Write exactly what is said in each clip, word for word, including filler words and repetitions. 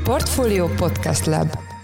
Portfolio Podcast Lab.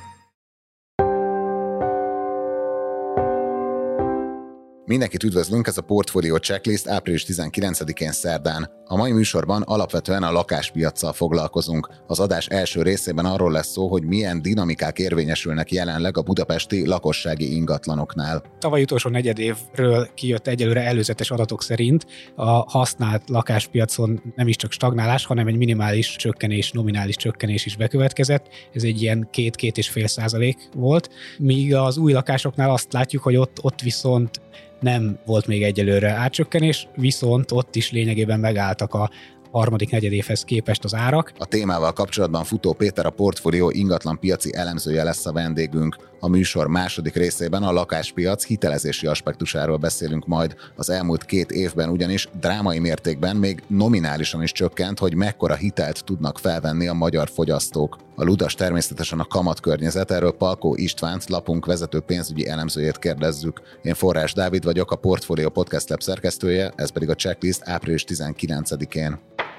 Mindenkit üdvözlünk, ez a Portfolio Checklist április tizenkilencedikén szerdán. A mai műsorban alapvetően a lakáspiaccal foglalkozunk. Az adás első részében arról lesz szó, hogy milyen dinamikák érvényesülnek jelenleg a budapesti lakossági ingatlanoknál. Tavaly utolsó negyedévről kijött egyelőre előzetes adatok szerint a használt lakáspiacon nem is csak stagnálás, hanem egy minimális csökkenés, nominális csökkenés is bekövetkezett. Ez egy ilyen két-két és fél százalék volt. Míg az új lakásoknál azt látjuk, hogy ott, ott viszont nem volt még egyelőre árcsökkenés, viszont ott is lényegében megálltak a harmadik negyedévhez képest az árak. A témával kapcsolatban Futó Péter, a Portfolio ingatlan piaci elemzője lesz a vendégünk. A műsor második részében a lakáspiac hitelezési aspektusáról beszélünk majd. Az elmúlt két évben ugyanis drámai mértékben még nominálisan is csökkent, hogy mekkora hitelt tudnak felvenni a magyar fogyasztók. A ludas természetesen a kamatkörnyezet, erről Palkó Istvánt, lapunk vezető pénzügyi elemzőjét kérdezzük. Én Forrás Dávid vagyok, a Portfolio Podcast Lab szerkesztője, ez pedig a checklist április tizenkilencedikén.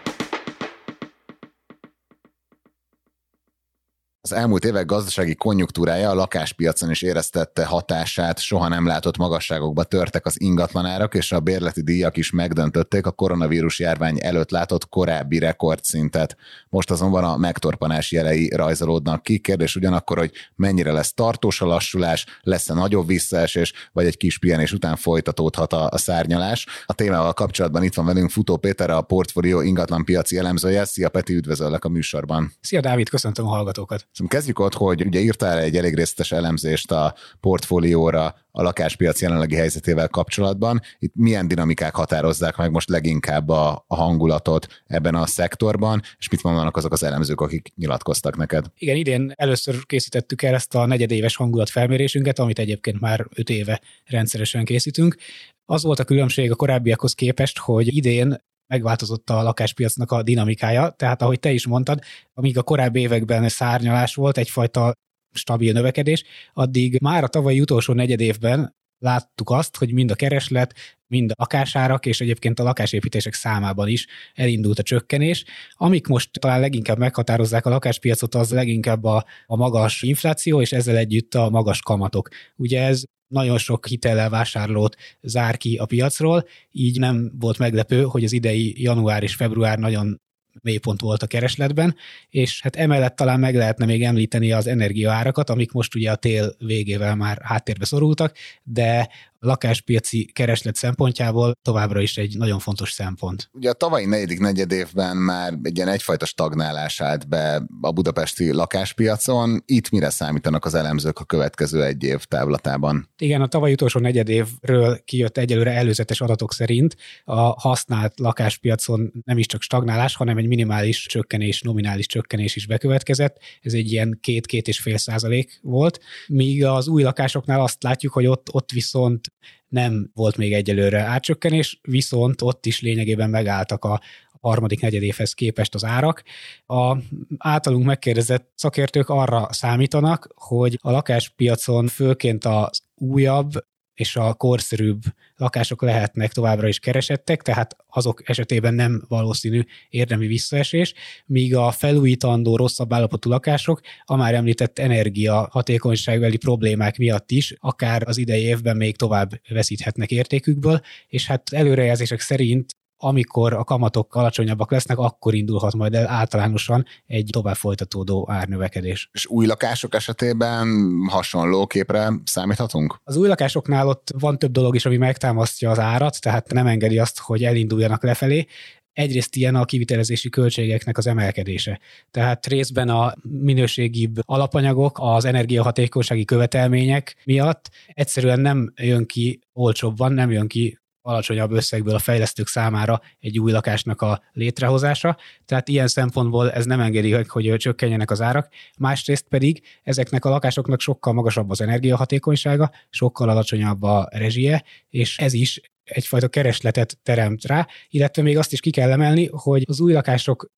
Az elmúlt évek gazdasági konjunktúrája a lakáspiacon is éreztette hatását, soha nem látott magasságokba törtek az ingatlanárak, és a bérleti díjak is megdöntötték a koronavírus járvány előtt látott korábbi rekordszintet. Most azonban a megtorpanás jelei rajzolódnak ki. Kérdés ugyanakkor, hogy mennyire lesz tartós a lassulás, lesz-e nagyobb visszaesés, vagy egy kis pihenés után folytatódhat a, a szárnyalás. A témával kapcsolatban itt van velünk Futó Péter, a Portfolio ingatlan piaci elemzője. Szia Peti, üdvözöllek a műsorban. Szia Dávid, köszöntöm a hallgatókat. Kezdjük ott, hogy ugye írtál egy elég részletes elemzést a portfólióra a lakáspiac jelenlegi helyzetével kapcsolatban. Itt milyen dinamikák határozzák meg most leginkább a, a hangulatot ebben a szektorban, és mit mondanak azok az elemzők, akik nyilatkoztak neked? Igen, idén először készítettük el ezt a negyedéves hangulatfelmérésünket, amit egyébként már öt éve rendszeresen készítünk. Az volt a különbség a korábbiakhoz képest, hogy idén megváltozott a lakáspiacnak a dinamikája, tehát ahogy te is mondtad, amíg a korábbi években szárnyalás volt, egyfajta stabil növekedés, addig már a tavalyi utolsó negyedévben láttuk azt, hogy mind a kereslet, mind a lakásárak és egyébként a lakásépítések számában is elindult a csökkenés. Amik most talán leginkább meghatározzák a lakáspiacot, az leginkább a, a magas infláció, és ezzel együtt a magas kamatok. Ugye ez nagyon sok hitellel vásárlót zár ki a piacról, így nem volt meglepő, hogy az idei január és február nagyon mélypont volt a keresletben, és hát emellett talán meg lehetne még említeni az energiaárakat, amik most ugye a tél végével már háttérbe szorultak, de a lakáspiaci kereslet szempontjából továbbra is egy nagyon fontos szempont. Ugye a tavalyi negyedik negyedévben már egy ilyen egyfajta stagnálás állt be a budapesti lakáspiacon. Itt mire számítanak az elemzők a következő egy év távlatában? Igen, a tavalyi utolsó negyedévről kijött egyelőre előzetes adatok szerint a használt lakáspiacon nem is csak stagnálás, hanem egy minimális csökkenés, nominális csökkenés is bekövetkezett. Ez egy ilyen két-két és fél százalék volt. Míg az új lakásoknál azt látjuk, hogy ott, ott viszont nem volt még egyelőre árcsökkenés, viszont ott is lényegében megálltak a harmadik negyedévhez képest az árak. A általunk megkérdezett szakértők arra számítanak, hogy a lakáspiacon főként az újabb és a korszerűbb lakások lehetnek továbbra is keresettek, tehát azok esetében nem valószínű érdemi visszaesés, míg a felújítandó rosszabb állapotú lakások a már említett energia hatékonyságbeli problémák miatt is akár az idei évben még tovább veszíthetnek értékükből, és hát előrejelzések szerint amikor a kamatok alacsonyabbak lesznek, akkor indulhat majd el általánosan egy tovább folytatódó árnövekedés. És új lakások esetében hasonló képre számíthatunk? Az új lakásoknál ott van több dolog is, ami megtámasztja az árat, tehát nem engedi azt, hogy elinduljanak lefelé. Egyrészt ilyen a kivitelezési költségeknek az emelkedése. Tehát részben a minőségibb alapanyagok, az energiahatékonysági követelmények miatt egyszerűen nem jön ki olcsóbban, nem jön ki alacsonyabb összegből a fejlesztők számára egy új lakásnak a létrehozása, tehát ilyen szempontból ez nem engedi, hogy csökkenjenek az árak, másrészt pedig ezeknek a lakásoknak sokkal magasabb az energiahatékonysága, sokkal alacsonyabb a rezsie, és ez is egyfajta keresletet teremt rá, illetve még azt is ki kell emelni, hogy az új lakások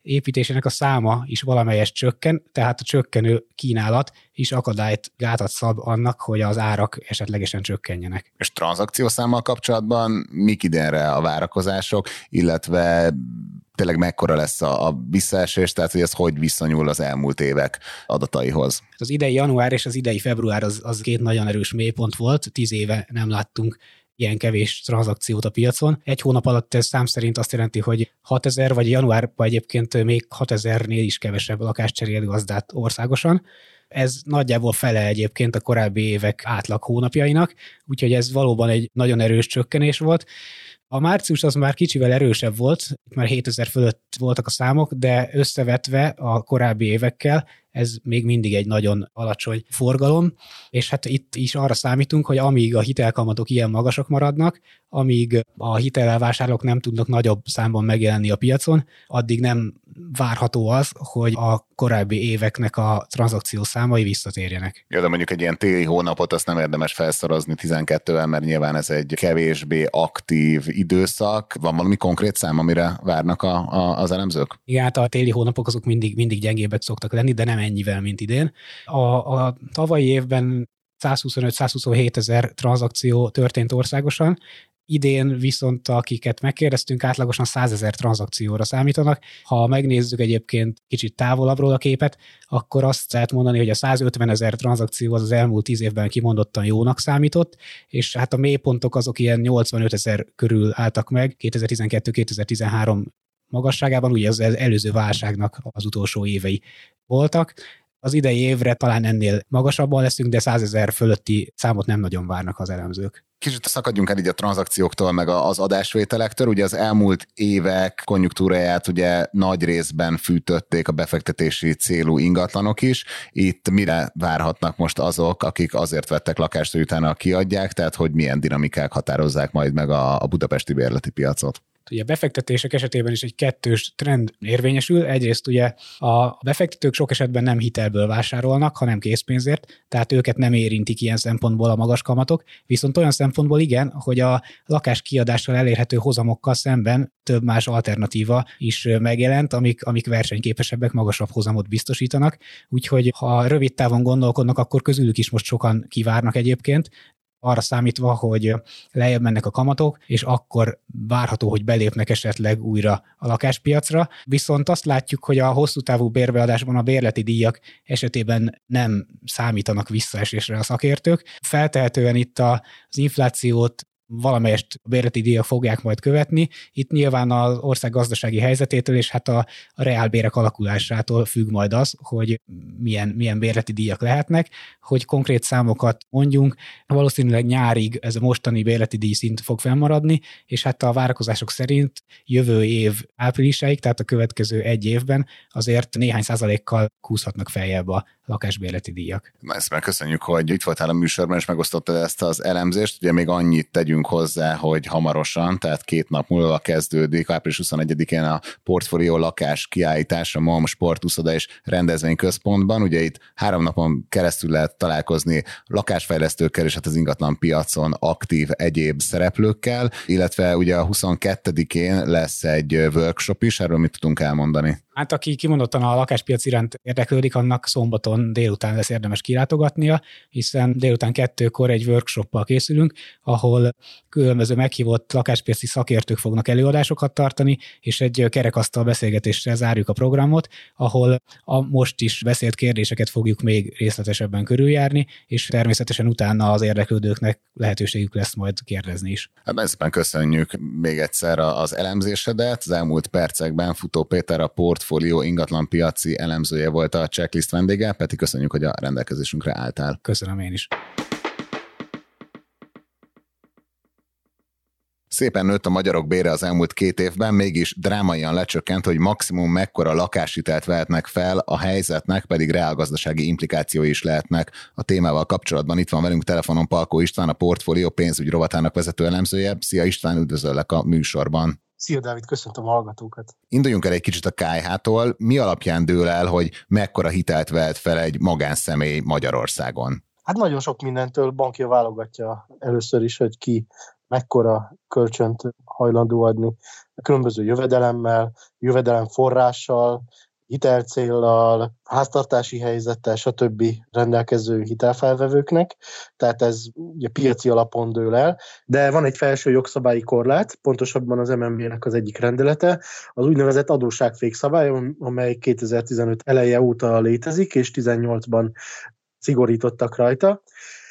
építésének a száma is valamelyest csökken, tehát a csökkenő kínálat is akadályt, gátat szab annak, hogy az árak esetlegesen csökkenjenek. És tranzakciószámmal kapcsolatban mik idénre a várakozások, illetve tényleg mekkora lesz a, a visszaesés, tehát hogy ez hogy viszonyul az elmúlt évek adataihoz? Az idei január és az idei február az, az két nagyon erős mélypont volt, tíz éve nem láttunk ilyen kevés tranzakciót a piacon. Egy hónap alatt ez szám szerint azt jelenti, hogy hatezer, vagy januárban egyébként még hatezernél is kevesebb lakást cserélt gazdát országosan. Ez nagyjából fele egyébként a korábbi évek átlag hónapjainak, úgyhogy ez valóban egy nagyon erős csökkenés volt. A március az már kicsivel erősebb volt, már hétezer fölött voltak a számok, de összevetve a korábbi évekkel ez még mindig egy nagyon alacsony forgalom, és hát itt is arra számítunk, hogy amíg a hitelkamatok ilyen magasak maradnak, amíg a hitelelvásárlók nem tudnak nagyobb számban megjelenni a piacon, addig nem várható az, hogy a korábbi éveknek a tranzakció számai visszatérjenek. Jó, de mondjuk egy ilyen téli hónapot azt nem érdemes felszorozni tizenkettővel, mert nyilván ez egy kevésbé aktív időszak. Van valami konkrét szám, amire várnak a, a, az elemzők? Igen, hát a téli hónapok azok mindig, mindig gyengébbek szoktak lenni, de nem ennyivel, mint idén. A, a tavalyi évben százhuszonöt-százhuszonhét ezer tranzakció történt országosan, idén viszont akiket megkérdeztünk, átlagosan százezer tranzakcióra számítanak. Ha megnézzük egyébként kicsit távolabbról a képet, akkor azt lehet mondani, hogy a százötven ezer tranzakció az az elmúlt tíz évben kimondottan jónak számított, és hát a mélypontok azok ilyen nyolcvanöt ezer körül álltak meg kétezer-tizenkettő-kétezer-tizenhárom magasságában, ugye az előző válságnak az utolsó évei voltak. Az idei évre talán ennél magasabban leszünk, de százezer fölötti számot nem nagyon várnak az elemzők. Kicsit szakadjunk el így a tranzakcióktól, meg az adásvételektől. Ugye az elmúlt évek konjunktúráját ugye nagy részben fűtötték a befektetési célú ingatlanok is. Itt mire várhatnak most azok, akik azért vettek lakást, hogy utána kiadják, tehát hogy milyen dinamikák határozzák majd meg a, a budapesti bérleti piacot? Ugye a befektetések esetében is egy kettős trend érvényesül. Egyrészt ugye a befektetők sok esetben nem hitelből vásárolnak, hanem készpénzért, tehát őket nem érintik ilyen szempontból a magas kamatok, viszont olyan szempontból igen, hogy a lakás kiadással elérhető hozamokkal szemben több más alternatíva is megjelent, amik, amik versenyképesebbek, magasabb hozamot biztosítanak. Úgyhogy ha rövid távon gondolkodnak, akkor közülük is most sokan kivárnak egyébként, arra számítva, hogy lejjebb mennek a kamatok, és akkor várható, hogy belépnek esetleg újra a lakáspiacra. Viszont azt látjuk, hogy a hosszú távú bérbeadásban a bérleti díjak esetében nem számítanak visszaesésre a szakértők. Feltehetően itt az inflációt valamelyest a bérleti díjak fogják majd követni. Itt nyilván az ország gazdasági helyzetétől és hát a, a reálbérek alakulásától függ majd az, hogy milyen, milyen bérleti díjak lehetnek, hogy konkrét számokat mondjunk. Valószínűleg nyárig ez a mostani bérleti díj szint fog fennmaradni, és hát a várakozások szerint jövő év áprilisáig, tehát a következő egy évben azért néhány százalékkal kúszhatnak feljebb a lakásbérleti díjak. Na, ezt megköszönjük, hogy itt voltál a műsorban, és megosztottad ezt az elemzést. Ugye még annyit tegyünk hozzá, hogy hamarosan, tehát két nap múlva kezdődik, április huszonegyedikén a Portfólió lakás kiállítás a MOM Sportuszoda és Rendezvényközpontban. Ugye itt három napon keresztül lehet találkozni lakásfejlesztőkkel és hát az ingatlan piacon aktív egyéb szereplőkkel, illetve ugye a huszonkettedikén lesz egy workshop is, erről mit tudunk elmondani? Hát aki kimondottan a lakáspiac iránt érdeklődik, annak szombaton délután lesz érdemes kilátogatnia, hiszen délután kettőkor egy workshoppal készülünk, ahol különböző meghívott lakáspiaci szakértők fognak előadásokat tartani, és egy kerekasztal beszélgetéssel zárjuk a programot, ahol a most is beszélt kérdéseket fogjuk még részletesebben körüljárni, és természetesen utána az érdeklődőknek lehetőségük lesz majd kérdezni is. Hát szépen köszönjük még egyszer az elemzésedet. Az elmúlt percekben Futó Péter, a Portfólió ingatlanpiaci elemzője volt a Checklist vendége. Peti, köszönjük, hogy a rendelkezésünkre álltál. Köszönöm én is. Szépen nőtt a magyarok bére az elmúlt két évben, mégis drámaian lecsökkent, hogy maximum mekkora lakáshitelt vehetnek fel, a helyzetnek pedig reálgazdasági implikációi is lehetnek. A témával kapcsolatban itt van velünk telefonon Palkó István, a Portfólió pénzügy rovatának vezető elemzője. Szia István, üdvözöllek a műsorban. Szia Dávid, köszöntöm a hallgatókat. Induljunk el egy kicsit a ká há tól. Mi alapján dől el, hogy mekkora hitelt vehet fel egy magánszemély Magyarországon? Hát nagyon sok mindentől bankja válogatja először is, hogy ki mekkora kölcsönt hajlandó adni különböző jövedelemmel, jövedelemforrással, hitelcéllal, háztartási helyzettel, stb. Rendelkező hitelfelvevőknek, tehát ez ugye piaci alapon dől el, de van egy felső jogszabályi korlát, pontosabban az em en bé-nek az egyik rendelete, az úgynevezett adósságfékszabály, amely kétezer-tizenöt eleje óta létezik, és tizennyolcban szigorítottak rajta.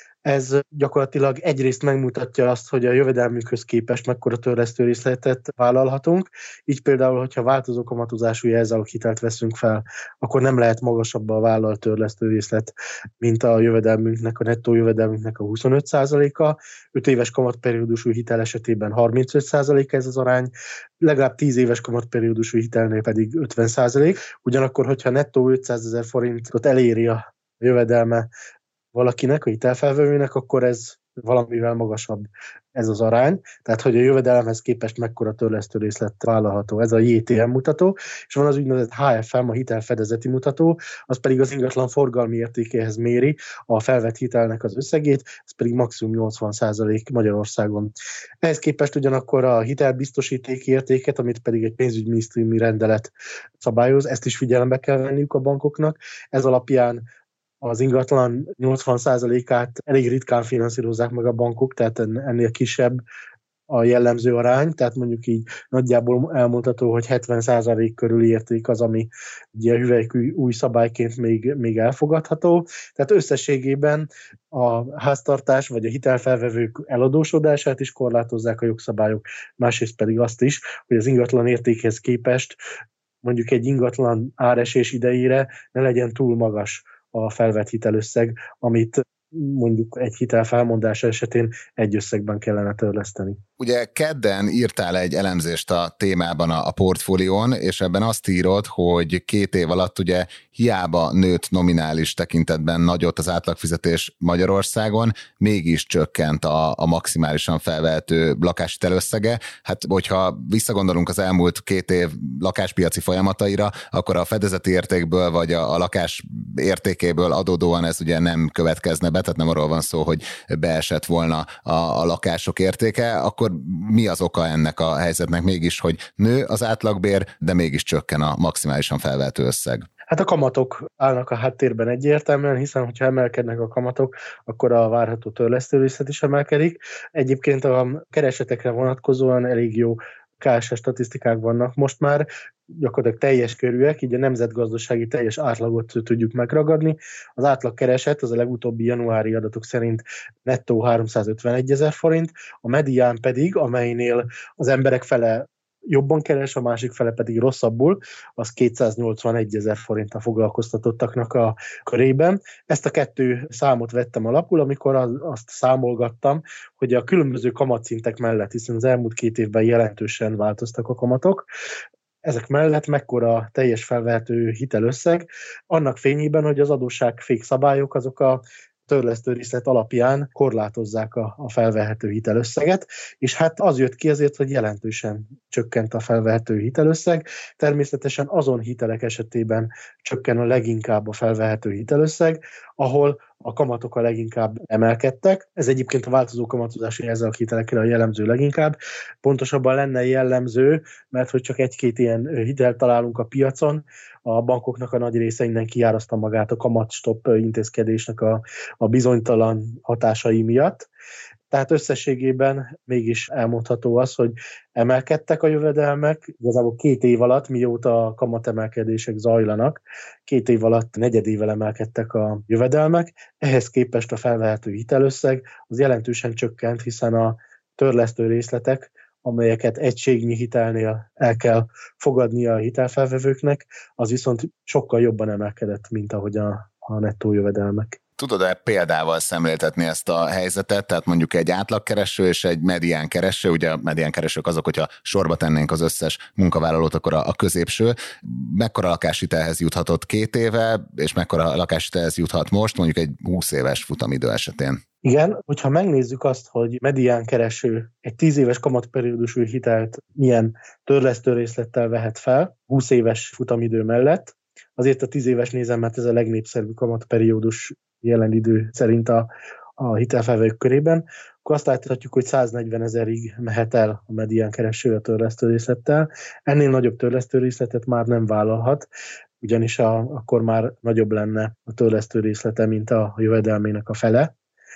Ez gyakorlatilag egyrészt megmutatja azt, hogy a jövedelmünkhöz képest mekkora törlesztő részletet vállalhatunk. Így például, hogyha változó kamatozású jelzálóghitelt veszünk fel, akkor nem lehet magasabb a vállalt törlesztő részlet, mint a jövedelmünknek, a nettó jövedelmünknek a huszonöt százaléka. öt éves kamatperiódusú hitel esetében harmincöt százalék ez az arány, legalább tíz éves kamatperiódusú hitelnél pedig ötven százalék. Ugyanakkor, hogyha nettó ötszázezer forintot eléri a jövedelme valakinek, a hitelfelvevőnek, akkor ez valamivel magasabb ez az arány. Tehát, hogy a jövedelemhez képest mekkora törlesztő részlet vállalható. Ez a jé té em mutató, és van az úgynevezett há ef em, a hitelfedezeti mutató, az pedig az ingatlan forgalmi értékéhez méri a felvett hitelnek az összegét, ez pedig maximum nyolcvan százalék Magyarországon. Ehhez képest ugyanakkor a hitelbiztosítéki értéket, amit pedig egy pénzügyminisztériumi rendelet szabályoz, ezt is figyelembe kell venniük a bankoknak. Ez alapján az ingatlan nyolcvan százalékát elég ritkán finanszírozzák meg a bankok, tehát ennél kisebb a jellemző arány, tehát mondjuk így nagyjából elmondható, hogy hetven százalék körüli érték az, ami ugye hüvelykű új szabályként még, még elfogadható. Tehát összességében a háztartás vagy a hitelfelvevők eladósodását is korlátozzák a jogszabályok, másrészt pedig azt is, hogy az ingatlan értékhez képest mondjuk egy ingatlan áresés idejére ne legyen túl magas a felvett hitelösszeg, amit mondjuk egy hitel felmondása esetén egy összegben kellene törleszteni. Ugye kedden írtál egy elemzést a témában a, a portfólión, és ebben azt írod, hogy két év alatt ugye hiába nőtt nominális tekintetben nagyot az átlagfizetés Magyarországon, mégis csökkent a, a maximálisan felvehető lakáshitelösszege. összege. Hát, hogyha visszagondolunk az elmúlt két év lakáspiaci folyamataira, akkor a fedezeti értékből vagy a, a lakás értékéből adódóan ez ugye nem következne be, tehát nem arról van szó, hogy beesett volna a, a lakások értéke, akkor mi az oka ennek a helyzetnek mégis, hogy nő az átlagbér, de mégis csökken a maximálisan felvehető összeg? Hát a kamatok állnak a háttérben egyértelműen, hiszen hogyha emelkednek a kamatok, akkor a várható törlesztőrészlet is emelkedik. Egyébként a keresetekre vonatkozóan elég jó ká es es statisztikák vannak most már, gyakorlatilag teljes körűek, így a nemzetgazdasági teljes átlagot tudjuk megragadni. Az átlagkereset az a legutóbbi januári adatok szerint nettó háromszázötvenegy ezer forint, a medián pedig, amelynél az emberek fele jobban keres, a másik fele pedig rosszabbul, az kétszáznyolcvanegy ezer forint a foglalkoztatottaknak a körében. Ezt a kettő számot vettem alapul, amikor azt számolgattam, hogy a különböző kamatszintek mellett, hiszen az elmúlt két évben jelentősen változtak a kamatok, ezek mellett mekkora teljes felvehető hitelösszeg, annak fényében, hogy az adósságfék szabályok azok a törlesztő részlet alapján korlátozzák a, a felvehető hitelösszeget, és hát az jött ki azért, hogy jelentősen csökkent a felvehető hitelösszeg. Természetesen azon hitelek esetében csökken a leginkább a felvehető hitelösszeg, ahol a kamatok a leginkább emelkedtek. Ez egyébként a változó kamatozási jelzálóghitelekre a jellemző leginkább. Pontosabban lenne jellemző, mert hogy csak egy-két ilyen hitelt találunk a piacon, a bankoknak a nagy része innen kiáraszta magát a kamatstop intézkedésnek a, a bizonytalan hatásai miatt. Tehát összességében mégis elmondható az, hogy emelkedtek a jövedelmek, igazából két év alatt, mióta a kamatemelkedések zajlanak, két év alatt negyedével emelkedtek a jövedelmek, ehhez képest a felvehető hitelösszeg az jelentősen csökkent, hiszen a törlesztő részletek, amelyeket egységnyi hitelnél el kell fogadnia a hitelfelvevőknek, az viszont sokkal jobban emelkedett, mint ahogy a, a nettó jövedelmek. Tudod-e példával szemléltetni ezt a helyzetet, tehát mondjuk egy átlagkereső és egy medián kereső, ugye a medián keresők azok, hogyha sorba tennénk az összes munkavállalót, akkor a, a középső, mekkora lakáshitelhez juthatott két éve, és mekkora lakáshitelhez juthat most, mondjuk egy húsz éves futamidő esetén? Igen, hogyha megnézzük azt, hogy medián kereső egy tíz éves kamatperiódusú hitelt milyen törlesztő részlettel vehet fel, húsz éves futamidő mellett, azért a tíz éves nézem, mert ez a legnépszerűbb kamatperiódus jelen idő szerint a, a hitelfelvevők körében, akkor azt láthatjuk, hogy száznegyvenezerig mehet el a medián kereső a törlesztőrészlettel. Ennél nagyobb törlesztőrészletet már nem vállalhat, ugyanis a, akkor már nagyobb lenne a törlesztőrészlete, mint a jövedelmének a fele.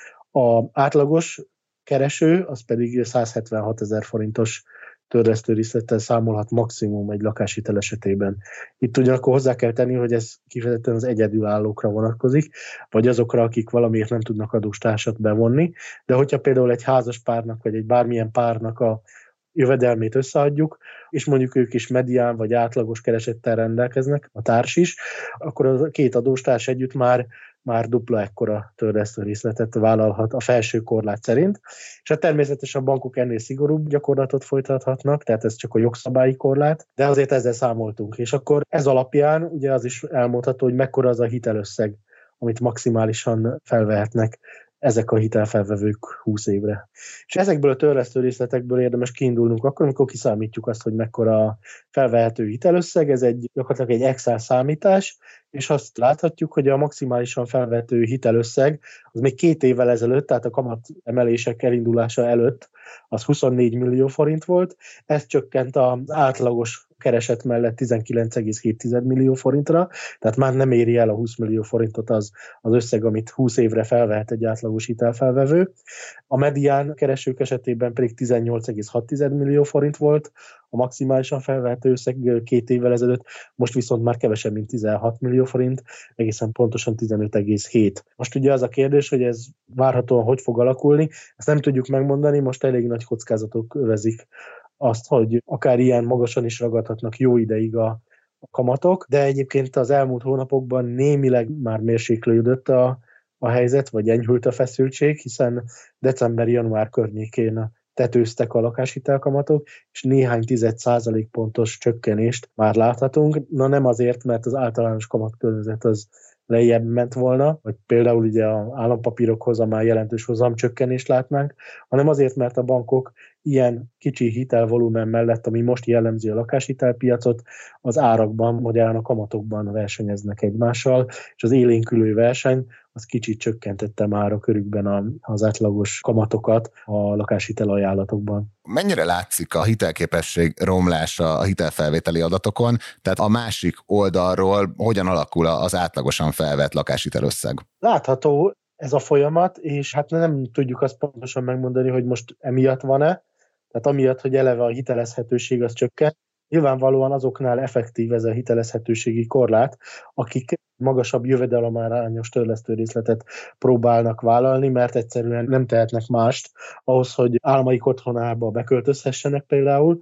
A átlagos kereső, az pedig százhetvenhat ezer forintos törlesztőrészlettel számolhat maximum egy lakáshitel esetében. Itt ugyanakkor hozzá kell tenni, hogy ez kifejezetten az egyedülállókra vonatkozik, vagy azokra, akik valamiért nem tudnak adóstársat bevonni, de hogyha például egy házas párnak, vagy egy bármilyen párnak a jövedelmét összeadjuk, és mondjuk ők is medián vagy átlagos keresettel rendelkeznek, a társ is, akkor a két adóstárs együtt már már dupla ekkora törlesztőrészletet vállalhat a felső korlát szerint, és hát természetesen a bankok ennél szigorúbb gyakorlatot folytathatnak, tehát ez csak a jogszabályi korlát, de azért ezzel számoltunk, és akkor ez alapján ugye az is elmondható, hogy mekkora az a hitelösszeg, amit maximálisan felvehetnek ezek a hitelfelvevők húsz évre. És ezekből a törlesztő részletekből érdemes kiindulnunk akkor, amikor kiszámítjuk azt, hogy mekkora a felvehető hitelösszeg, ez egy gyakorlatilag egy Excel számítás, és azt láthatjuk, hogy a maximálisan felvehető hitelösszeg az még két évvel ezelőtt, tehát a kamat emelések elindulása előtt, az huszonnégy millió forint volt, ez csökkent az átlagos kereset mellett tizenkilenc egész hét millió forintra, tehát már nem éri el a húsz millió forintot az, az összeg, amit húsz évre felvehet egy átlagos hitelfelvevő. A medián keresők esetében pedig tizennyolc egész hat millió forint volt, a maximálisan felvehető összeg két évvel ezelőtt, most viszont már kevesebb, mint tizenhat millió forint, egészen pontosan tizenöt egész hét. Most ugye az a kérdés, hogy ez várhatóan hogy fog alakulni, ezt nem tudjuk megmondani, most elég nagy kockázatok övezik azt, hogy akár ilyen magasan is ragadhatnak jó ideig a, a kamatok, de egyébként az elmúlt hónapokban némileg már mérséklődött a, a helyzet, vagy enyhült a feszültség, hiszen december-január környékén tetőztek a lakáshitelkamatok, és néhány tized százalékpontos csökkenést már láthatunk. Na nem azért, mert az általános kamatkörnyezet az lejjebb ment volna, vagy például ugye az állampapírokhoz a már jelentős hozamcsökkenést látnánk, hanem azért, mert a bankok ilyen kicsi hitelvolumen mellett, ami most jellemzi a lakáshitelpiacot, az árakban, magyarán a kamatokban versenyeznek egymással, és az élénkülő verseny az kicsit csökkentette már a körükben az átlagos kamatokat a lakáshitel ajánlatokban. Mennyire látszik a hitelképesség romlása a hitelfelvételi adatokon, tehát a másik oldalról hogyan alakul az átlagosan felvett lakáshitelösszeg? Látható ez a folyamat, és hát nem tudjuk azt pontosan megmondani, hogy most emiatt van-e, tehát amiatt, hogy eleve a hitelezhetőség az csökken. Nyilvánvalóan azoknál effektív ez a hitelezhetőségi korlát, akik magasabb jövedelemarányos törlesztőrészletet próbálnak vállalni, mert egyszerűen nem tehetnek mást ahhoz, hogy álmaik otthonába beköltözhessenek például,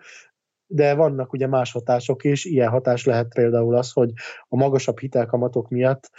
de vannak ugye más hatások is, ilyen hatás lehet például az, hogy a magasabb hitelkamatok miatt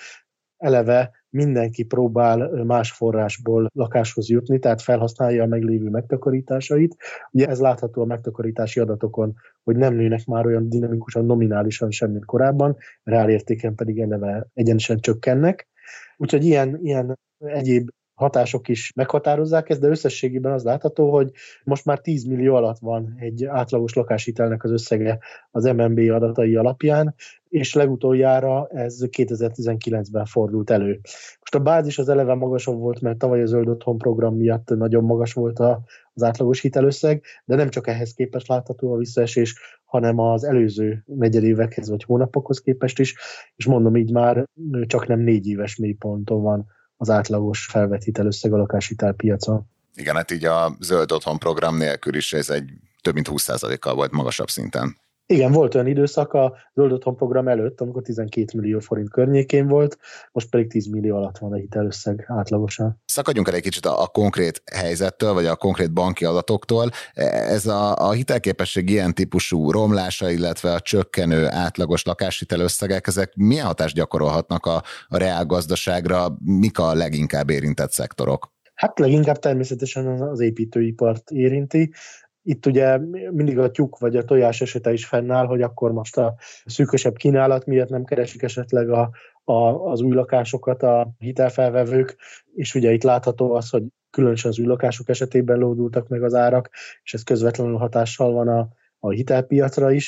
eleve mindenki próbál más forrásból lakáshoz jutni, tehát felhasználja a meglévő megtakarításait. Ugye ez látható a megtakarítási adatokon, hogy nem nőnek már olyan dinamikusan, nominálisan sem, mint korábban, reálértéken pedig eleve egyenesen csökkennek. Úgyhogy ilyen, ilyen egyéb hatások is meghatározzák ezt, de összességében az látható, hogy most már tíz millió alatt van egy átlagos lakáshitelnek az összege az em en bé adatai alapján, és legutoljára ez kétezer-tizenkilencben fordult elő. Most a bázis az eleve magasabb volt, mert tavaly a Zöld Otthon program miatt nagyon magas volt a, az átlagos hitelösszeg, de nem csak ehhez képest látható a visszaesés, hanem az előző negyedévekhez vagy hónapokhoz képest is, és mondom így már csak nem négy éves mélyponton van az átlagos felvett hitelösszeg a lakáshitelpiacon. Igen, hát így a Zöld Otthon program nélkül is ez egy több mint húsz százalékkal volt magasabb szinten. Igen, volt olyan időszak a Zöld Otthon program előtt, amikor tizenkét millió forint környékén volt, most pedig tíz millió alatt van a hitelösszeg átlagosan. Szakadjunk el egy kicsit a, a konkrét helyzettől, vagy a konkrét banki adatoktól. Ez a, a hitelképesség ilyen típusú romlása, illetve a csökkenő átlagos lakáshitelösszegek, ezek milyen hatást gyakorolhatnak a, a reálgazdaságra, mik a leginkább érintett szektorok? Hát leginkább természetesen az építőipart érinti. Itt ugye mindig a tyúk vagy a tojás esete is fennáll, hogy akkor most a szűkösebb kínálat miatt nem keresik esetleg a, a, az új lakásokat a hitelfelvevők, és ugye itt látható az, hogy különösen az új lakások esetében lódultak meg az árak, és ez közvetlenül hatással van a, a hitelpiacra is.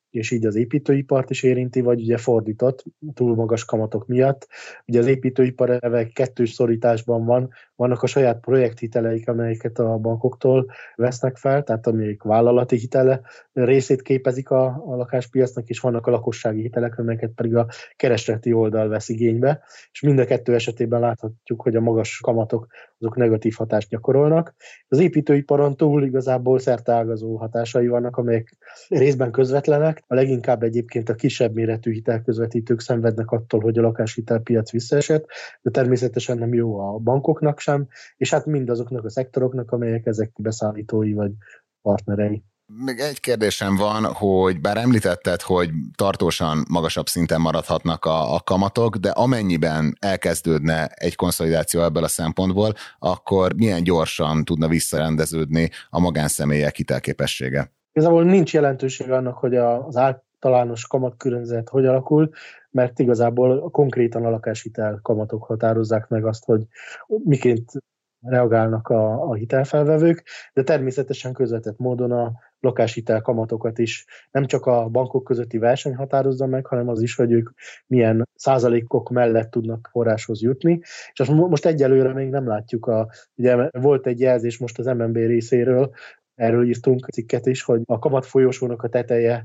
és így az építőipart is érinti, vagy ugye fordított, túl magas kamatok miatt. Ugye az építőipar eleve kettős szorításban van, vannak a saját projekthiteleik, amelyeket a bankoktól vesznek fel, tehát amelyek vállalati hitele részét képezik a, a lakáspiacnak, és vannak a lakossági hitelek, amelyeket pedig a keresleti oldal vesz igénybe, és mind a kettő esetében láthatjuk, hogy a magas kamatok azok negatív hatást gyakorolnak. Az építőiparon túl igazából szerteágazó hatásai vannak, amelyek részben közvetlenek, a leginkább egyébként a kisebb méretű hitelközvetítők szenvednek attól, hogy a lakáshitelpiac visszaesett, de természetesen nem jó a bankoknak sem, és hát mindazoknak a szektoroknak, amelyek ezek beszállítói vagy partnerei. Még egy kérdésem van, hogy bár említetted, hogy tartósan magasabb szinten maradhatnak a, a kamatok, de amennyiben elkezdődne egy konszolidáció ebből a szempontból, akkor milyen gyorsan tudna visszarendeződni a magánszemélyek hitelképessége? Igazából nincs jelentőség annak, hogy az általános kamatkörnyezet hogy alakul, mert igazából konkrétan a lakáshitel kamatok határozzák meg azt, hogy miként reagálnak a, a hitelfelvevők, de természetesen közvetett módon a lakáshitel kamatokat is nem csak a bankok közötti verseny határozza meg, hanem az is, hogy ők milyen százalékok mellett tudnak forráshoz jutni. És azt most egyelőre még nem látjuk. A, ugye volt egy jelzés most az em en bé részéről, erről írtunk cikket is, hogy a kamatfolyósónak a teteje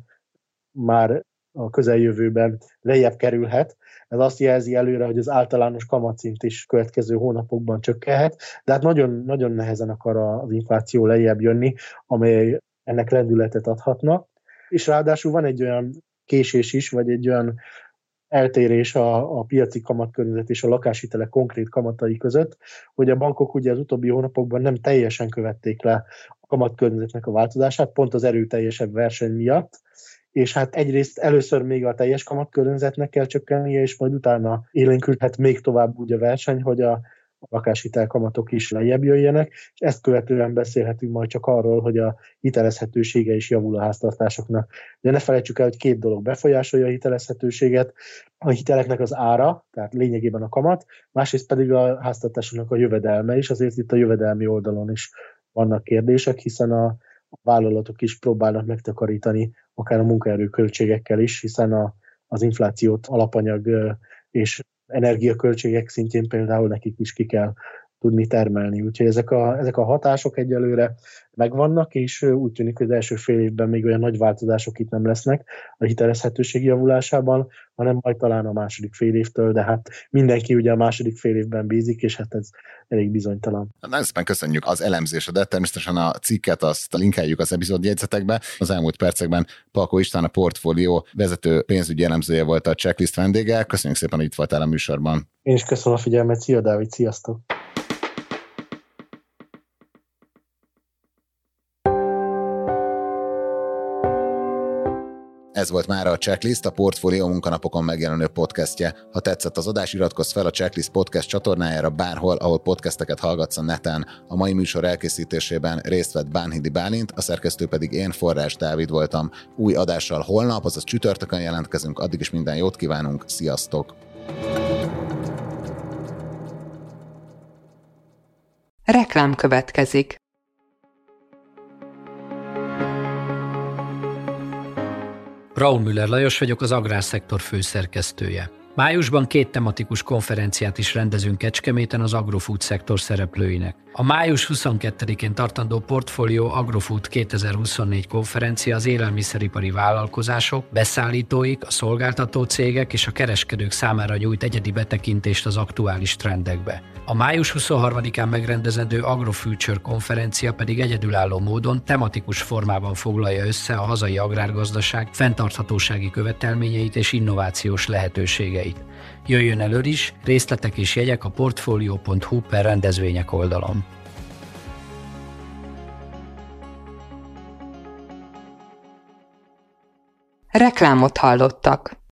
már a közeljövőben lejjebb kerülhet. Ez azt jelzi előre, hogy az általános kamatszint is következő hónapokban csökkenhet, de hát nagyon, nagyon nehezen akar az infláció lejjebb jönni, amely ennek lendületet adhatna. És ráadásul van egy olyan késés is, vagy egy olyan eltérés a, a piaci kamatkörnyezet és a lakáshitelek konkrét kamatai között, hogy a bankok ugye az utóbbi hónapokban nem teljesen követték le a kamatkörnyezetnek a változását, pont az erőteljesebb verseny miatt, és hát egyrészt először még a teljes kamatkörnyezetnek kell csökkennie, és majd utána élénkülhet még tovább úgy a verseny, hogy a lakáshitel kamatok is lejjebb jöjjenek, és ezt követően beszélhetünk majd csak arról, hogy a hitelezhetősége is javul a háztartásoknak. De ne felejtsük el, hogy két dolog befolyásolja a hitelezhetőséget, a hiteleknek az ára, tehát lényegében a kamat, másrészt pedig a háztartásoknak a jövedelme is, azért itt a jövedelmi oldalon is vannak kérdések, hiszen a vállalatok is próbálnak megtakarítani akár a munkaerő költségekkel is, hiszen a, az inflációt alapanyag és energiaköltségek szintjén például nekik is ki kell tudni termelni. Úgyhogy ezek a, ezek a hatások egyelőre megvannak, és úgy tűnik, hogy az első fél évben még olyan nagy változások itt nem lesznek a hitelezhetőség javulásában, hanem majd talán a második fél évtől, de hát mindenki ugye a második fél évben bízik, és hát ez elég bizonytalan. Nagyon szépen köszönjük az elemzésedet, természetesen a cikket azt linkeljük az epizódjegyzetekbe. Az elmúlt percekben Palkó István, a Portfólió vezető pénzügyi elemzője volt a Checklist vendége. Köszönjük szépen, hogy itt voltál a műsorban. Én is köszönöm a figyelmet, szia Dávid, sziasztok! Ez volt már a Checklist, a Portfólió munkanapokon megjelenő podcastje. Ha tetszett az adás, iratkozz fel a Checklist podcast csatornájára bárhol, ahol podcasteket hallgatsz a neten. A mai műsor elkészítésében részt vett Bánhidi Bálint, a szerkesztő pedig én, Forrás Dávid voltam. Új adással holnap, azaz csütörtökön jelentkezünk, addig is minden jót kívánunk, sziasztok! Reklám következik. Braun Müller Lajos vagyok, az Agrárszektor főszerkesztője. Májusban két tematikus konferenciát is rendezünk Kecskeméten az agrofood szektor szereplőinek. A május huszonkettedikén tartandó Portfólió Agrofood kétezer-huszonnégy konferencia az élelmiszeripari vállalkozások, beszállítóik, a szolgáltató cégek és a kereskedők számára nyújt egyedi betekintést az aktuális trendekbe. A május huszonharmadikán megrendezendő AgroFuture konferencia pedig egyedülálló módon tematikus formában foglalja össze a hazai agrárgazdaság fenntarthatósági követelményeit és innovációs lehetőségeit. Jöjjön elő is, részletek és jegyek a portfolio pont hu per rendezvények oldalon. Reklámot hallottak.